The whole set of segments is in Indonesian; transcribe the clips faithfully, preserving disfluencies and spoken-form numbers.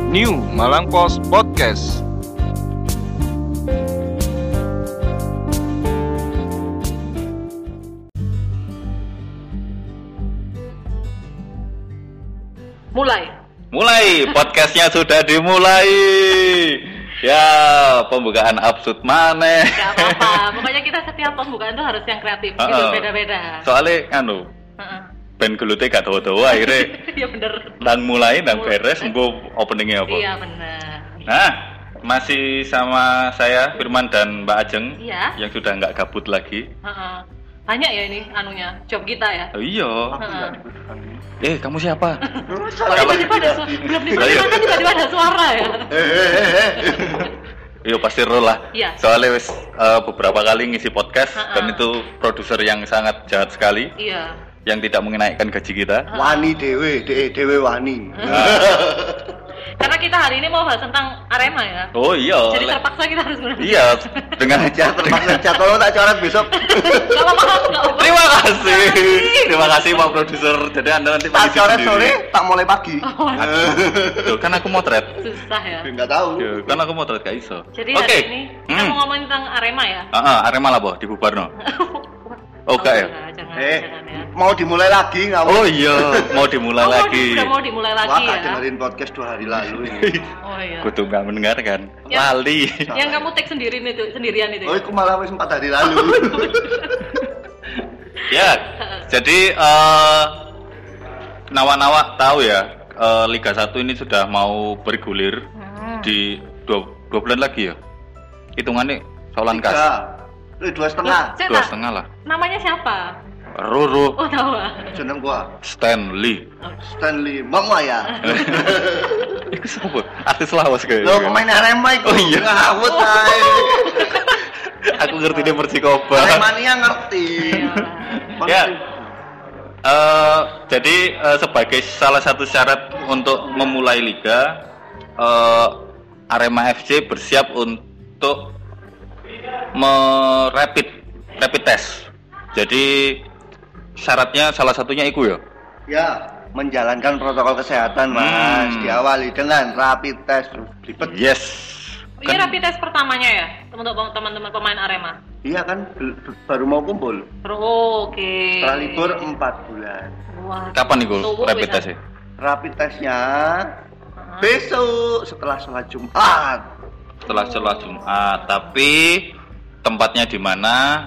New Malang Post Podcast. Mulai. Mulai, podcastnya sudah dimulai. Ya, pembukaan absurd mana? Gak apa-apa, pokoknya kita setiap pembukaan tuh harus yang kreatif, Uh-uh. gitu, beda-beda. Soalnya, anu, Uh-uh. ben gelute gak tahu-tahu akhirnya. Iya bener. Dan mulai, dan beres, engko openingnya apa? Iya bener. Nah, masih sama saya Firman dan Mbak Ajeng, Iya. yang sudah nggak gabut lagi. Uh-uh. Banyak ya ini anunya, job kita ya. Oh iya. Uh-uh. Eh, kamu siapa? Kok tiba-tiba ada su- belum diperkenalkan tiba-tiba ada suara ya. Iya pasti roll lah. Iya. Soalnya wis uh, beberapa kali ngisi podcast Uh-uh. dan itu produser yang sangat jahat sekali, Iya. yang tidak mengenakan gaji kita. Wani dewe, de dewe wani. Karena kita hari ini mau bahas tentang Arema ya. Oh iya. Jadi le- terpaksa kita harus menang. Iya, dengan Aja terpaksa jadwal tak coret besok. Gak apa-apa, gak apa-apa. Terima kasih. Terima kasih Pak produser. Jadi Anda nanti Tak mengisi coret sendiri. sore, tak mulai pagi. Oh, Tuh, kan aku motret. susah ya. Enggak tahu. Ya, kan aku motret gak iso. Jadi Oke. hari ini kita Hmm. mau ngomongin tentang Arema ya. Heeh, Arema lah, Boh, dibubarno. Oh, enggak ya? Jangan, jangan, Eh, jangan ya. mau dimulai lagi nggak? Oh iya, mau dimulai Oh, lagi. udah mau dimulai lagi Wah, ya. tak dengerin podcast dua hari lalu ini. Oh iya. Kudu nggak mendengarkan. Ya. Lali. Yang kamu take sendirian itu, sendirian itu. Oh, Ya? aku malah wis empat hari lalu. Ya, jadi eh, nawa-nawa tahu ya, eh, Liga satu ini sudah mau bergulir Hmm. di dua, dua bulan lagi ya. Hitungannya soalan kas. Tiga. Eh, dua setengah. Saya Dua tak- setengah lah. Namanya siapa? Ruru Oh tahu ah. Jeneng gua Stanley. Stanley Mama ya. Itu siapa? Artis lawas kayaknya. Lo pemain Arema itu. Oh, iya. Ngawut ae. Aku ngerti dia Persikoba. Aremania ngerti. Ya. Eh, jadi eh, sebagai salah satu syarat untuk memulai liga, eh, Arema F C bersiap untuk merapid rapid test. Jadi syaratnya salah satunya itu ya. Ya, menjalankan protokol kesehatan, Mas. Hmm. Diawali dengan rapid test. Ribet. Yes. Ini rapid test pertamanya ya untuk teman-teman pemain Arema. Iya kan, bel- baru mau kumpul. Oh, oke. Setelah libur empat bulan. Wah. Kapan nih Tunggu, rapid bisa. testnya? Rapid testnya besok setelah sholat Jumat. Setelah sholat Jumat, tapi tempatnya di mana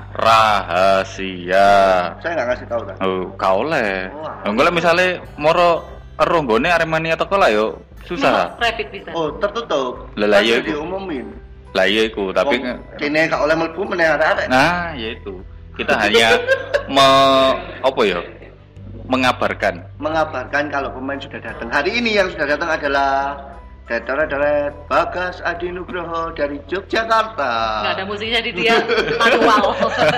rahasia. Saya nggak ngasih tahu kan. Oh, kau le. Wah. Enggak misale moro ronggone Aremania teko lah yo susah. Rapid bisa. Oh, tertutup. Lah, lah, Kan iya, udah Bu. diumumin. Lah iya iku, tapi Wong kene gak oleh mlebu meneh arek. nah, ya itu. Kita hanya me apa ya? Mengabarkan. Mengabarkan kalau pemain sudah datang. Hari ini yang sudah datang adalah Deret-deret Bagas Adi Nugroho dari Yogyakarta. Nggak ada musiknya di dia manual.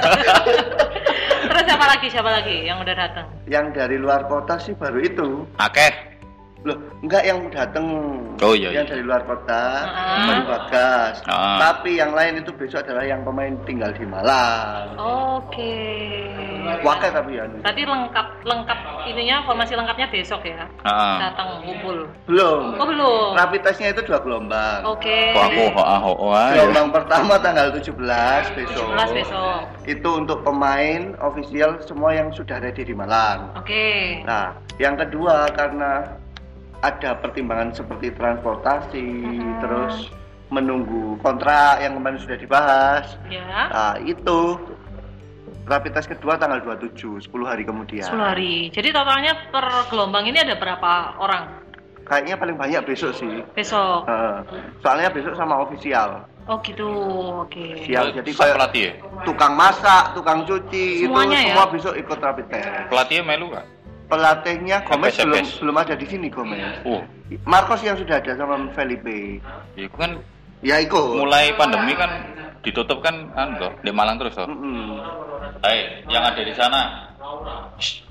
Terus siapa lagi? Siapa lagi yang udah datang? Yang dari luar kota sih baru itu. Akeh. Loh, enggak yang datang. Oh, iya, Yang iya. dari luar kota, Ah. baru Bagas. Ah. Tapi yang lain itu besok adalah yang pemain tinggal di Malang. Oke. Wakil tapi ya. Berarti lengkap lengkap ininya formasi lengkapnya besok ya. Heeh. Datang ngumpul. Belum. Oh belum. Rapid testnya itu dua gelombang. Oke. Kok aku hoa hoa ya. Gelombang pertama tanggal tujuh belas besok. tujuh belas besok. Itu untuk pemain ofisial semua yang sudah ready di Malang. Oke. Nah, yang kedua karena ada pertimbangan seperti transportasi, Hmm. terus menunggu kontrak yang kemarin sudah dibahas. Ya. Nah, itu rapid test kedua tanggal dua puluh tujuh, sepuluh hari kemudian. sepuluh hari. Jadi totalnya per gelombang ini ada berapa orang? Kayaknya paling banyak besok sih. Besok. Heeh. Soalnya besok sama ofisial. Oh gitu. Oke. Siap. Jadi Sak kayak pelatih ya? tukang masak, tukang cuci Semuanya itu ya? semua besok ikut rapid test. Pelatihnya melu gak? Pelatihnya Gomez F S F S. belum belum ada di sini Gomez. Oh, Marcos yang sudah ada sama Felipe. ya itu kan Ya ikut. mulai pandemi kan ditutup kan anu toh, di Malang terus toh. Mm-mm. Hai, yang ada di sana. Shh.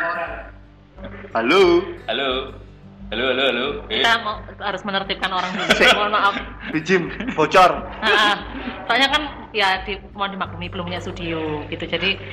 Halo. Halo. Halo, halo, halo. Eh, Kita mau, harus menertibkan orang dulu. Mohon maaf. Bijim bocor. Nah, soalnya kan ya di, mau dimaklumi belum punya studio gitu. Jadi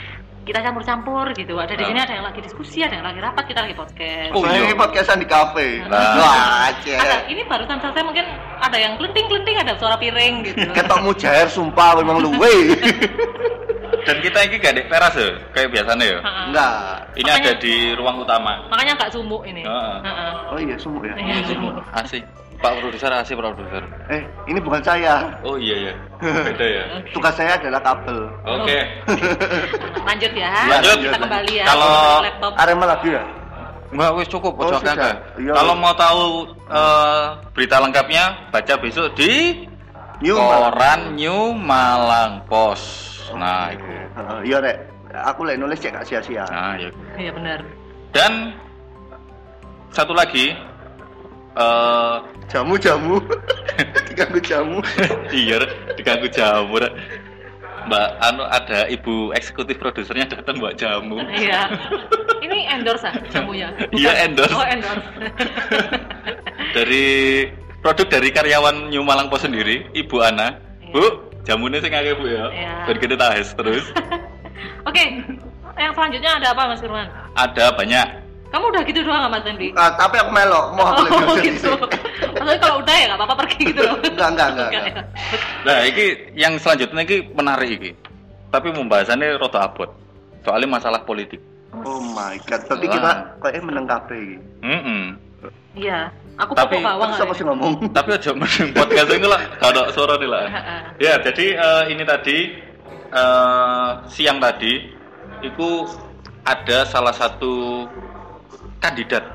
kita campur-campur gitu. Ada di Nah. sini ada yang lagi diskusi, ada yang lagi rapat, kita lagi podcast. Oh, Saya iya. ini podcastan di kafe. Nah. Wah, Ada, aja. ini barusan selesai mungkin ada yang kelenting-kelenting, ada suara piring gitu. Ketokmu jair sumpah memang luwe. Dan kita ini gak di teras ya, kayak biasanya ya. Ha-ha. Enggak. Ini Makanya- ada di ruang utama. Makanya nggak sumuk ini. Heeh. Heeh. Oh iya sumuk ya. Iya, sumuk. Asik. Pak produser, asik produser. Eh, ini bukan saya. Oh iya ya. Beda ya. Tugas saya adalah kabel. Oke. Lanjut ya. Lanjut. Kita kembali ya. Kalau- ke laptop. Arema lagi ya? Enggak, wis cukup, Oh, ojo sudah. akeh. Iya, Kalau wis. mau tahu eh, berita lengkapnya, baca besok di New koran New Malang Post. Nah, itu. Heeh, iya rek. Aku lek nulis cek gak sia-sia. Nah, ya. Iya benar. Dan satu lagi eh Jamu-jamu. Diganggu jamu. iya, diganggu jamu. Rek. Mbak anu ada ibu eksekutif produsernya datang buat jamu. Iya. Ini endorse ah jamunya. Bukan? Iya, endorse. Oh, endorse. Dari produk dari karyawan New Malang Post sendiri, Ibu Ana. Iya. Bu, jamunya sing akeh Bu ya. Iya. Ben kita tahes terus. Oke. Yang selanjutnya ada apa Mas Firman? Ada banyak. Kamu udah gitu doang nggak Mas Randy? Ah, tapi aku melok, mau aku Oh lebih gitu. Maksudnya kalau udah ya nggak apa-apa pergi gitu loh. Enggak, enggak, enggak, Bukan enggak. ya? Nah, iki yang selanjutnya iki menarik iki. Tapi pembahasannya rada abot. Soalnya masalah politik. Oh my god, tapi Wah. kita kayaknya meneng kabeh iki. Heeh. Iya. Aku Tapi- pokok bawang. Terus apa sih ngomong? Tapi aja mending podcast ini lah, kalau suara nih lah. Heeh. Ya, jadi eh, ini tadi eh, siang tadi itu ada salah satu kandidat.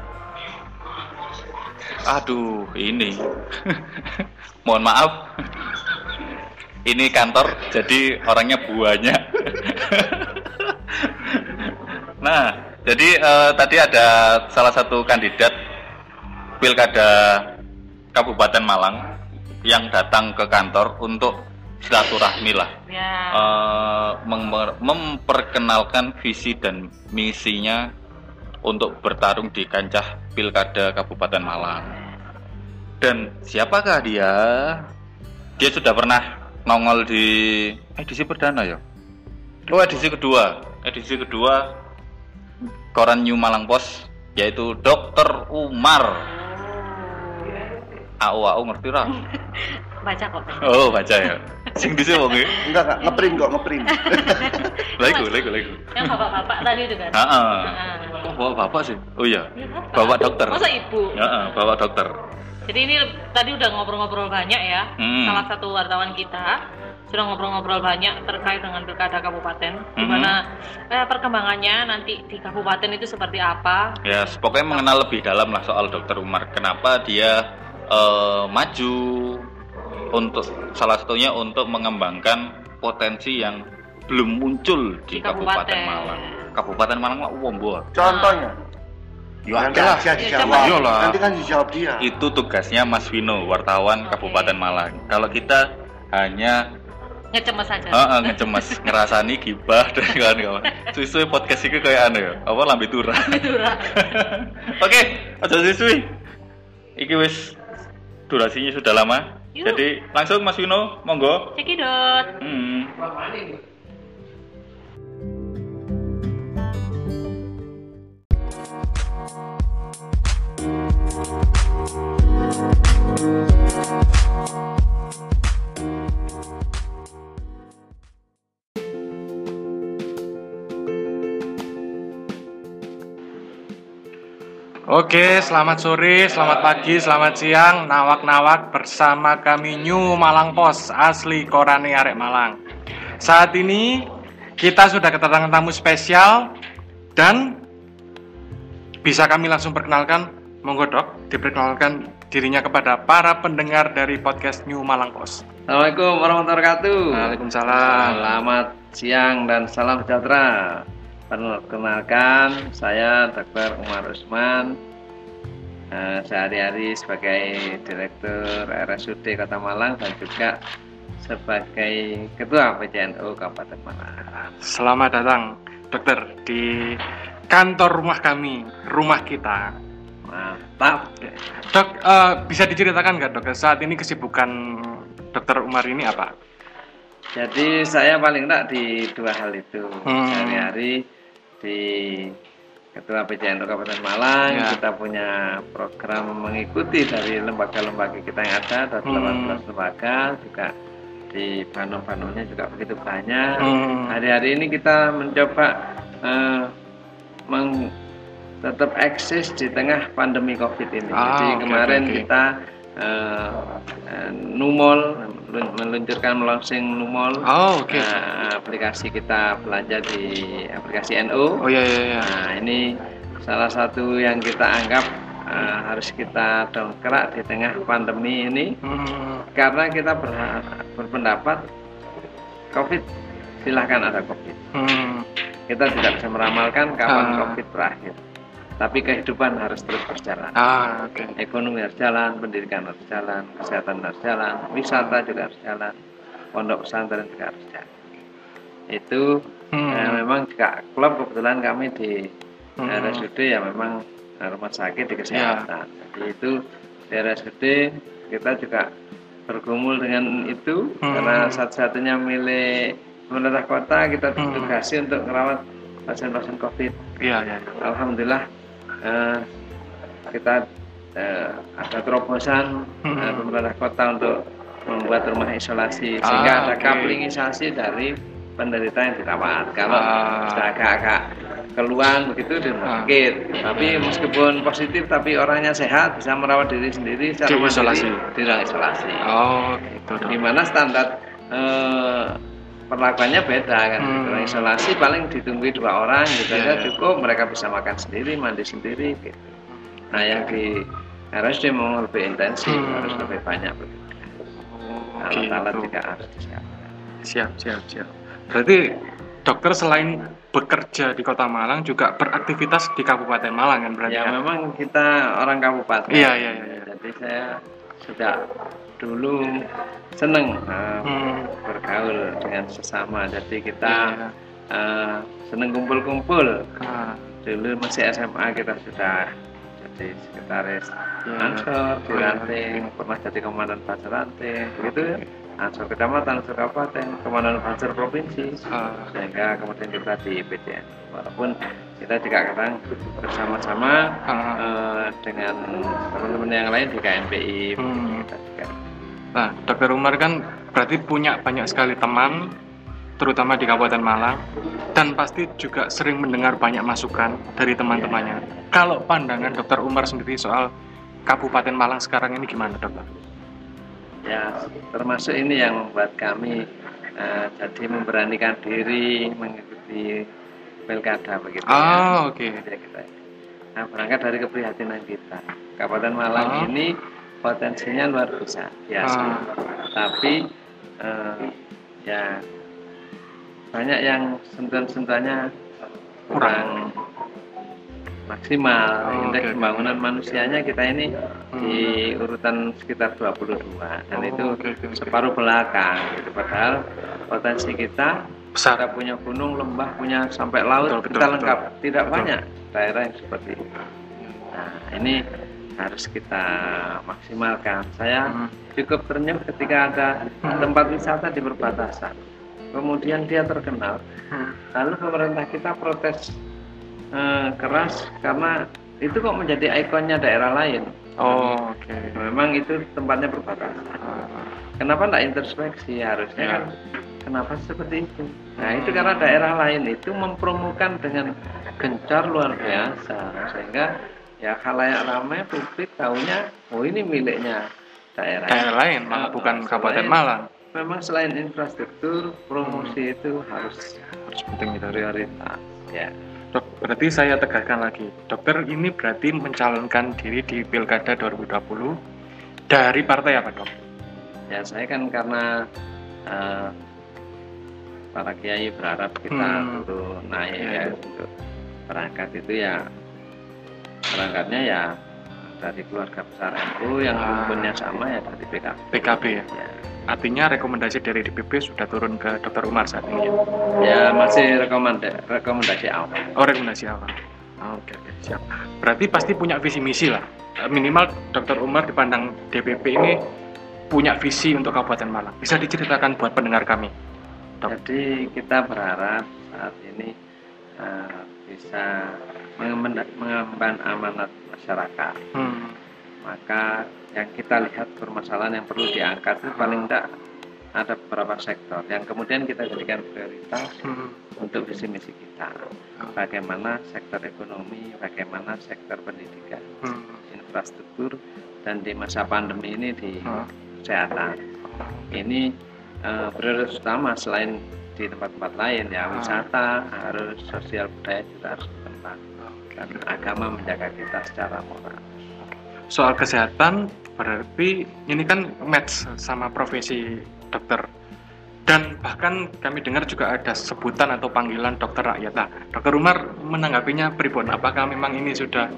Aduh, ini. Mohon maaf. Ini kantor, jadi orangnya banyak. Nah, jadi eh, tadi ada salah satu kandidat Pilkada Kabupaten Malang yang datang ke kantor untuk silaturahmi lah. Ya. Eh, mem- memperkenalkan visi dan misinya untuk bertarung di kancah Pilkada Kabupaten Malang. Dan siapakah dia? Dia sudah pernah nongol di edisi perdana ya? Oh, edisi kedua. Edisi kedua koran New Malang Post, yaitu Dokter Umar. A U A U ngerti ra? Baca kok. Oh, baca ya. Sing dhisik wong e. Enggak, enggak, ngeprint kok, ngeprint. Lego, lego, lego. Yang bapak-bapak tadi itu kan. Heeh. Heeh. Kok bawa bapak sih? Oh iya. Iya, bapak. Bapak dokter. Masa ibu? Heeh, bapak dokter. Jadi ini tadi udah ngobrol-ngobrol banyak ya. Hmm. Salah satu wartawan kita sudah ngobrol-ngobrol banyak terkait dengan pilkada kabupaten, Hmm. gimana eh, perkembangannya nanti di kabupaten itu seperti apa. Ya, pokoknya mengenal lebih dalam lah soal Dokter Umar. Kenapa dia eh, maju untuk salah satunya untuk mengembangkan potensi yang belum muncul di, Di Kabupaten. kabupaten. Malang. Kabupaten Malang lah wombo. Contohnya. Ya Nanti ada lah. aja Ya, dijawab. iyalah. Nanti kan dijawab dia. Itu tugasnya Mas Vino, wartawan Oke. Kabupaten Malang. Kalau kita hanya Ngecemes saja. Heeh, ngecemes, ngerasani gibah dan kawan-kawan. Suwe-suwe podcast iki kayak anu ya, apa lambe turah. Turah. Oke, aja suwe. Iki wis durasinya sudah lama. Yuk. Jadi langsung Mas Vino, monggo. Cekidot. Hmm. Oke, selamat sore, selamat pagi, selamat siang, nawak-nawak bersama kami New Malang Post, asli Korane Arek Malang. Saat ini kita sudah kedatangan tamu spesial dan bisa kami langsung perkenalkan, monggo Dok, diperkenalkan dirinya kepada para pendengar dari podcast New Malang Post. Assalamualaikum warahmatullahi wabarakatuh. Waalaikumsalam. Selamat siang dan salam sejahtera. Perkenalkan, saya Dokter Umar Usman. Eh, sehari-hari sebagai Direktur R S U D Kota Malang dan juga sebagai Ketua P C N U Kabupaten Malang. Selamat datang, Dokter, di kantor rumah kami, rumah kita. Mantap. Dok, eh, bisa diceritakan nggak dok, saat ini kesibukan Dokter Umar ini apa? Jadi saya paling enggak di dua hal itu. Hmm. Sehari-hari di Ketua P C N U Kabupaten Malang, Ya. kita punya program mengikuti dari lembaga-lembaga kita yang ada, ada Hmm. delapan belas lembaga, juga di Bandung-Bandungnya juga begitu banyak. Hmm. Hari-hari ini kita mencoba eh, meng- tetap eksis di tengah pandemi COVID ini. Ah, Jadi oke, kemarin oke, oke. kita eh, eh, Numol melun- meluncurkan launching Numol. Oh, oke. Nah, aplikasi kita belanja di aplikasi N O. Oh iya iya iya. Nah, ini salah satu yang kita anggap eh, harus kita dongkrak di tengah pandemi ini, Hmm. karena kita ber- berpendapat COVID, silahkan ada COVID. Hmm. Kita tidak bisa meramalkan kapan Ah. COVID berakhir, tapi kehidupan harus terus berjalan. Ah, oke. Ekonomi harus jalan, pendidikan harus jalan, kesehatan harus jalan, wisata juga harus jalan, pondok pesantren juga harus jalan. Itu Hmm. eh, memang juga klub kebetulan kami di Hmm. R S U D ya memang eh, rumah sakit di kesehatan. Jadi itu di R S U D kita juga bergumul dengan itu, Hmm. karena satu-satunya milik pemerintah kota kita Hmm. ditugasi untuk merawat pasien-pasien COVID. Iya iya. Alhamdulillah eh, kita eh, ada terobosan Hmm. eh, pemerintah kota untuk membuat rumah isolasi, Ah, sehingga ada oke. kaplingisasi dari penderita yang dirawat. Kalau Ah. sudah agak-agak keluhan begitu di rumah Ah. sakit, tapi meskipun positif tapi orangnya sehat bisa merawat diri sendiri secara Diisolasi. mandiri di ruang isolasi. Oh gitu dong. Di mana standar eh, perlakuannya beda kan. Hmm. Di ruang isolasi paling ditunggu dua orang gitu Iya, aja iya. cukup, mereka bisa makan sendiri, mandi sendiri gitu. Nah yang di R S D memang lebih intensif, Hmm. harus lebih banyak. Oh, Alat-alat gitu. juga harus disiapkan. Siap siap siap. Berarti dokter selain bekerja di Kota Malang juga beraktivitas di Kabupaten Malang kan berarti Ya kan? memang kita orang kabupaten. Iya, iya, iya, iya. Jadi saya sudah dulu seneng eh, Hmm. bergaul dengan sesama. Jadi kita Iya. eh, seneng kumpul-kumpul. Ah, Dulu masih S M A kita sudah jadi sekretaris iya. Ansor di Oh, iya. ranting, pernah jadi komandan Panser ranting, begitu ya. Ansor kecamatan, Ansor kabupaten, komandan Panser provinsi, Ah, sehingga kemudian kita di P C N. Walaupun kita juga kadang bersama-sama ah. eh, dengan teman-teman yang lain di K M P I, Hmm. kita juga. Nah, Dokter Umar kan berarti punya banyak sekali teman, terutama di Kabupaten Malang, dan pasti juga sering mendengar banyak masukan dari teman-temannya. Kalau pandangan Dokter Umar sendiri soal Kabupaten Malang sekarang ini gimana, Dokter? Ya, termasuk ini yang membuat kami eh, jadi memberanikan diri mengikuti pilkada begitu ya. Ah, oke. Jadi kita, nah, berangkat dari keprihatinan kita. Kabupaten Malang Ah. ini potensinya luar biasa, biasa. Ah. Tapi eh, ya banyak yang sentuhan-sentuhannya kurang maksimal. Oh, Indeks oke. pembangunan manusianya kita ini Hmm. di urutan sekitar dua puluh dua, dan Oh, itu oke, oke, oke. separuh belakang gitu. Padahal potensi kita, Besar. kita punya gunung, lembah, punya sampai laut, Betul, betul, kita betul. lengkap. Tidak Betul. banyak daerah yang seperti itu. Nah, ini harus kita maksimalkan. Saya Hmm. cukup ternyuh ketika ada Hmm. tempat wisata di perbatasan, kemudian dia terkenal, Hmm. lalu pemerintah kita protes eh, keras karena itu kok menjadi ikonnya daerah lain. Oh, oke. Memang itu tempatnya perbatasan. Ah, Kenapa tidak introspeksi? Harusnya Ya. kan kenapa seperti itu? Nah itu karena daerah lain itu mempromokan dengan gencar luar biasa, sehingga ya khalayak ramai, publik tahunya oh ini miliknya daerah. daerah lain, malah Nah, bukan selain- Kabupaten Malang. Memang selain infrastruktur, promosi itu harus Harus penting itu. prioritas. Ya. Dok, berarti saya tegaskan lagi, dokter ini berarti mencalonkan diri di Pilkada dua ribu dua puluh dari partai apa, Dok? Ya saya kan karena eh, para kiai berharap kita Hmm. turun naik Ya, ya ya. untuk berangkat itu ya berangkatnya ya dari keluarga besar N U yang Ah. rukunnya sama ya dari P K B. P K B ya? Ya, Artinya rekomendasi dari D P P sudah turun ke Dokter Umar saat ini ya? ya masih rekomendasi rekomendasi awal. Oh, rekomendasi awal. Oh, oke, oke, siap. Berarti pasti punya visi misi lah. Eh, Minimal Dokter Umar dipandang D P P ini punya visi untuk Kabupaten Malang. Bisa diceritakan buat pendengar kami? Dok? Jadi kita berharap saat ini uh, bisa mengemban, mengemban amanat masyarakat. Hmm. Maka yang kita lihat permasalahan yang perlu diangkat itu paling tidak ada beberapa sektor yang kemudian kita jadikan prioritas Hmm. untuk visi misi kita. Bagaimana sektor ekonomi, bagaimana sektor pendidikan, Hmm. infrastruktur, dan di masa pandemi ini di Hmm. kesehatan. Ini uh, prioritas utama selain di tempat-tempat lain ya, wisata harus, sosial budaya juga harus berkembang, dan agama menjaga kita secara moral. Soal kesehatan berarti ini kan match sama profesi dokter, dan bahkan kami dengar juga ada sebutan atau panggilan dokter rakyat. Nah, Dokter Umar menanggapinya pripun? Apakah memang ini sudah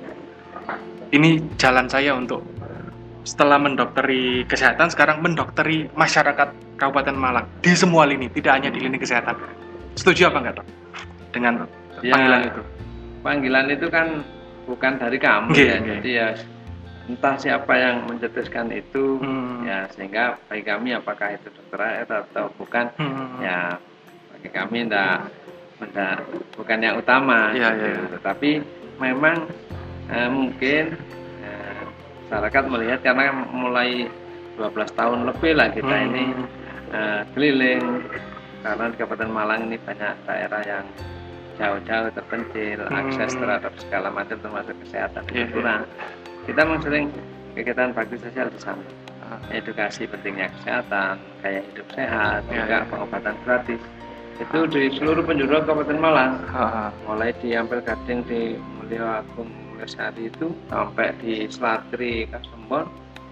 ini jalan saya untuk setelah mendokteri kesehatan sekarang mendokteri masyarakat Kabupaten Malang di semua lini, tidak hanya di lini kesehatan? Setuju apa enggak, Dok, dengan Ya, panggilan itu? Panggilan itu kan bukan dari kamu Nggih, ya, nggih. jadi ya entah siapa yang mencetuskan itu, Hmm. ya sehingga bagi kami apakah itu dokter rakyat atau bukan, Hmm. ya bagi kami enggak, enggak bukan yang utama. Iya, gitu. iya. Tetapi memang eh, mungkin eh, masyarakat melihat karena mulai dua belas tahun lebih lah kita Hmm. ini eh, keliling, karena di Kabupaten Malang ini banyak daerah yang jauh-jauh terpencil, Hmm. akses terhadap segala macam termasuk kesehatan Iya, itu kurang. Kita memang sering kegiatan bakti sosial di sana, Ah. edukasi pentingnya kesehatan, gaya hidup sehat, Iya, juga iya. pengobatan gratis. Itu di seluruh penjuru Kabupaten Malang, Ah, ah. mulai di Ampel Gading di Mulyo Agung Mulyasari itu sampai di Selatri Kasembon,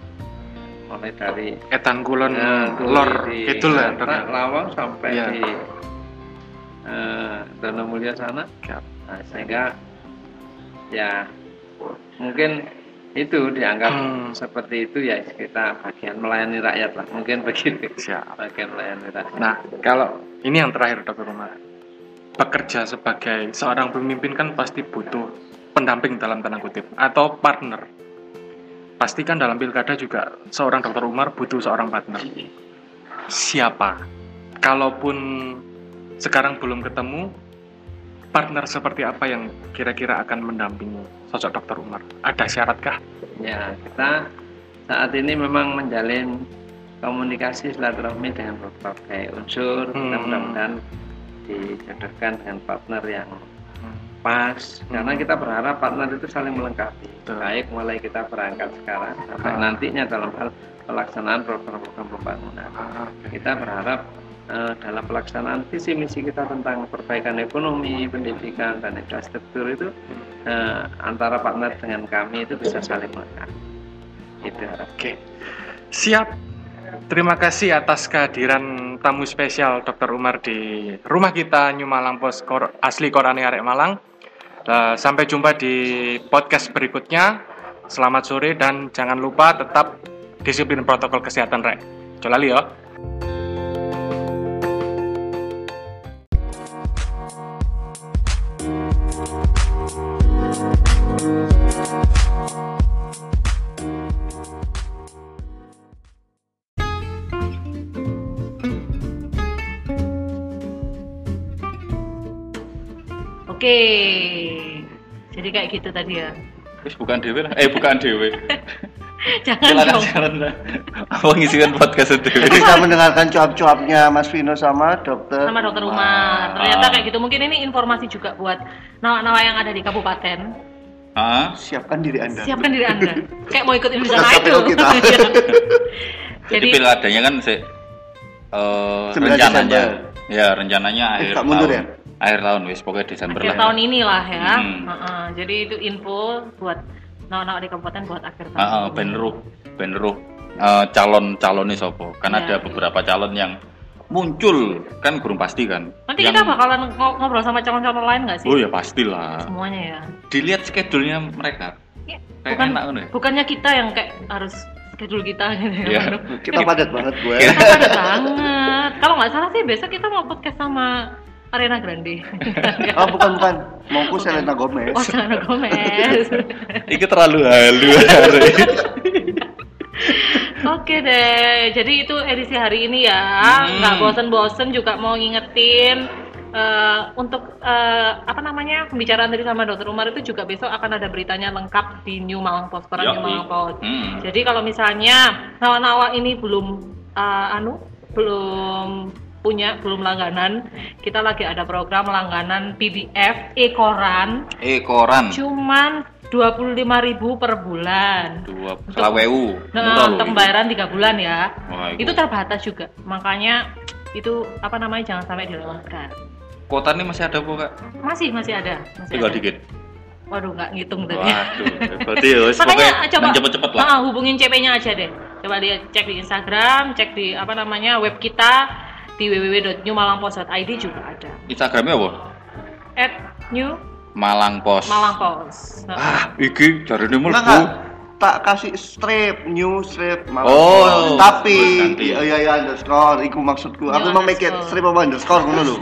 mulai dari Etan Kulon Nah, Turi Lor di itu lah, Dok. Jakarta, Lawang sampai Iya. di eh, Donomulyo sana. Siap. Nah, sehingga ya mungkin itu dianggap Hmm. seperti itu ya, kita bagian melayani rakyat lah, mungkin begitu. Siap. Bagian melayani rakyat. Nah, kalau ini yang terakhir, Dokter Umar, bekerja sebagai seorang pemimpin kan pasti butuh pendamping dalam tanda kutip atau partner. Pasti kan dalam pilkada juga seorang Dokter Umar butuh seorang partner. Siapa? Kalaupun sekarang belum ketemu, partner seperti apa yang kira-kira akan mendampingi sosok Dokter Umar? Ada syaratkah? Ya, kita saat ini memang menjalin komunikasi silaturahmi dengan berbagai unsur. Kita Hmm. mudah-mudahan dijodohkan dengan partner yang pas, karena kita berharap partner itu saling melengkapi. Betul. Baik mulai kita berangkat sekarang sampai Ah. nantinya dalam hal pelaksanaan program-program pembangunan. Ah, oke. Kita berharap eh, dalam pelaksanaan visi misi kita tentang perbaikan ekonomi, pendidikan, dan infrastruktur itu eh, antara partner dengan kami itu bisa saling melengkapi. Itu harap. Oke, siap. Terima kasih atas kehadiran tamu spesial Dokter Umar di rumah kita New Malang Pos Kor- asli Korani Arek Malang. Eh, sampai jumpa di podcast berikutnya. Selamat sore dan jangan lupa tetap disiplin protokol kesehatan, Rek. Colali ya. Oke. Jadi kayak gitu tadi ya. Terus bukan dewe lah, eh bukan dewe. Jangan Silakan dong. silakan. Apa ngisikan podcast dewe? Kita mendengarkan cuap-cuapnya Mas Vino sama dokter Sama Dokter Umar. Ternyata kayak gitu. Mungkin ini informasi juga buat nawa-nawa yang ada di kabupaten. Ah, Siapkan diri Anda. Siapkan diri Anda. Kayak mau ikut Indonesia Tugas K P U Idol. kita. Iya. jadi Jadi pilkadanya kan se eh, sembilan rencananya Desember. ya rencananya Eh, akhir tak mundur tahun. ya? Akhir tahun wis pokoknya Desember akhir lah. tahun inilah ya. Hmm. Heeh. Jadi itu info buat nawa-nawa di kabupaten buat akhir tahun. Heeh, ben ruh, ben ruh eh, calon-calonnya sopo. Kan Ya. ada beberapa calon yang muncul kan kurang pasti kan. Nanti Yang- kita bakalan ng- ngobrol sama calon-calon lain nggak sih? Oh ya pastilah. Semuanya ya. Dilihat schedule-nya mereka. Ya, Kayak bukan, enak ngono ya. bukannya kita yang kayak harus schedule kita gitu ya. Iya. Kita padat banget gue. Kita padat banget. Kalau nggak salah sih besok kita mau podcast sama Ariana Grande. Oh bukan bukan, mauku Selena Gomez. Oh, Selena Gomez. Iki terlalu halu. Oke. Oke deh, jadi itu edisi hari ini ya. Hmm. Nggak bosen-bosen juga mau ngingetin uh, untuk uh, apa namanya pembicaraan tadi sama Dokter Umar itu juga besok akan ada beritanya lengkap di New Malang Post, koran New Malang Post. Hmm. Jadi kalau misalnya nawa-nawa ini belum uh, anu belum punya belum langganan, kita lagi ada program langganan P D F e-koran. E-koran. Cuman dua puluh lima ribu per bulan. Dua selawewu. Nah, untuk pembayaran tiga bulan ya. Wah, itu terbatas juga. Makanya itu apa namanya jangan sampai dilewatkan. Kuota ini masih ada, Bu, Kak? Masih masih ada, masih Tinggal ada. dikit. Waduh, nggak ngitung tadi. Waduh, berarti ya wis Makanya pokoknya coba cepet-cepet lah. nah, hubungin C P-nya aja deh. Coba dia cek di Instagram, cek di apa namanya web kita di w w w dot new malang post dot i d juga ada. Instagramnya apa? At New Malang Post. Malang Post. Nah, Ah, iki jarine Enggak, mlebu. enggak. Tak kasih strip, new strip malah. Oh, tapi ganti. iya iya underscore iku maksudku. New Aku mau mikir underscore. strip apa underscore ngono lho.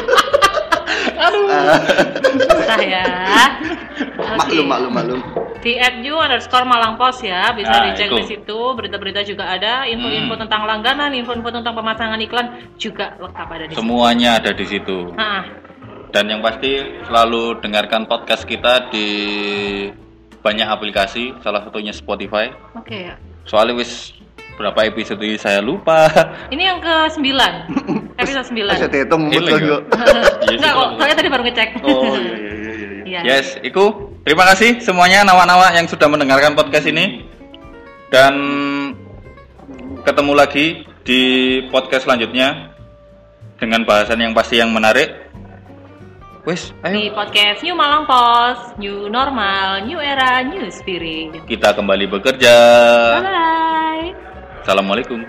susah ya. Oke. Maklum maklum maklum. Di at you underscore Malang Post ya, bisa Nah, dicek itu. di situ. Berita-berita juga ada, info-info Hmm. tentang langganan, info-info tentang pemasangan iklan juga lengkap ada di situ. Semuanya ada di situ. Nah, Dan yang pasti selalu dengarkan podcast kita di banyak aplikasi, salah satunya Spotify. oke ya. Soalnya wis berapa episode ini saya lupa. Ini yang ke sembilan, episode sembilan. Bisa dihitung Gila, betul gila. kok. Yes, Enggak kok, soalnya tadi baru ngecek. Oh iya iya iya iya. Iya. Yes, Iku. Terima kasih semuanya nawa-nawa yang sudah mendengarkan podcast ini. Dan ketemu lagi di podcast selanjutnya dengan bahasan yang pasti yang menarik. Wes, Di ayo podcast New Malang Post, New Normal, New Era, New Spirit. kita kembali bekerja. Bye. Assalamualaikum.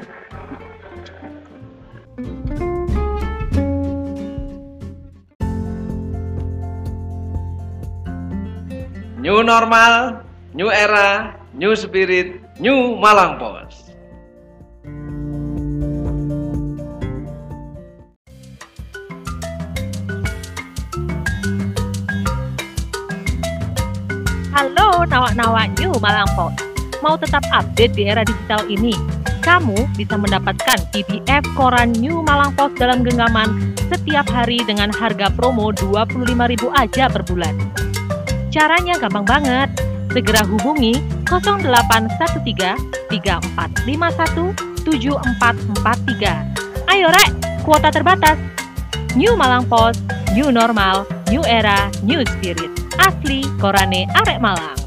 New normal, new era, new spirit, new Malang Post. Halo nawak-nawak New Malang Post. Mau tetap update di era digital ini? Kamu bisa mendapatkan P D F koran New Malang Post dalam genggaman setiap hari dengan harga promo dua puluh lima ribu aja per bulan. Caranya gampang banget. Segera hubungi nol delapan satu tiga tiga empat lima satu tujuh empat empat tiga. Ayo rek, kuota terbatas. New Malang Post, New Normal, New Era, New Spirit. Asli Korane Arek Malang.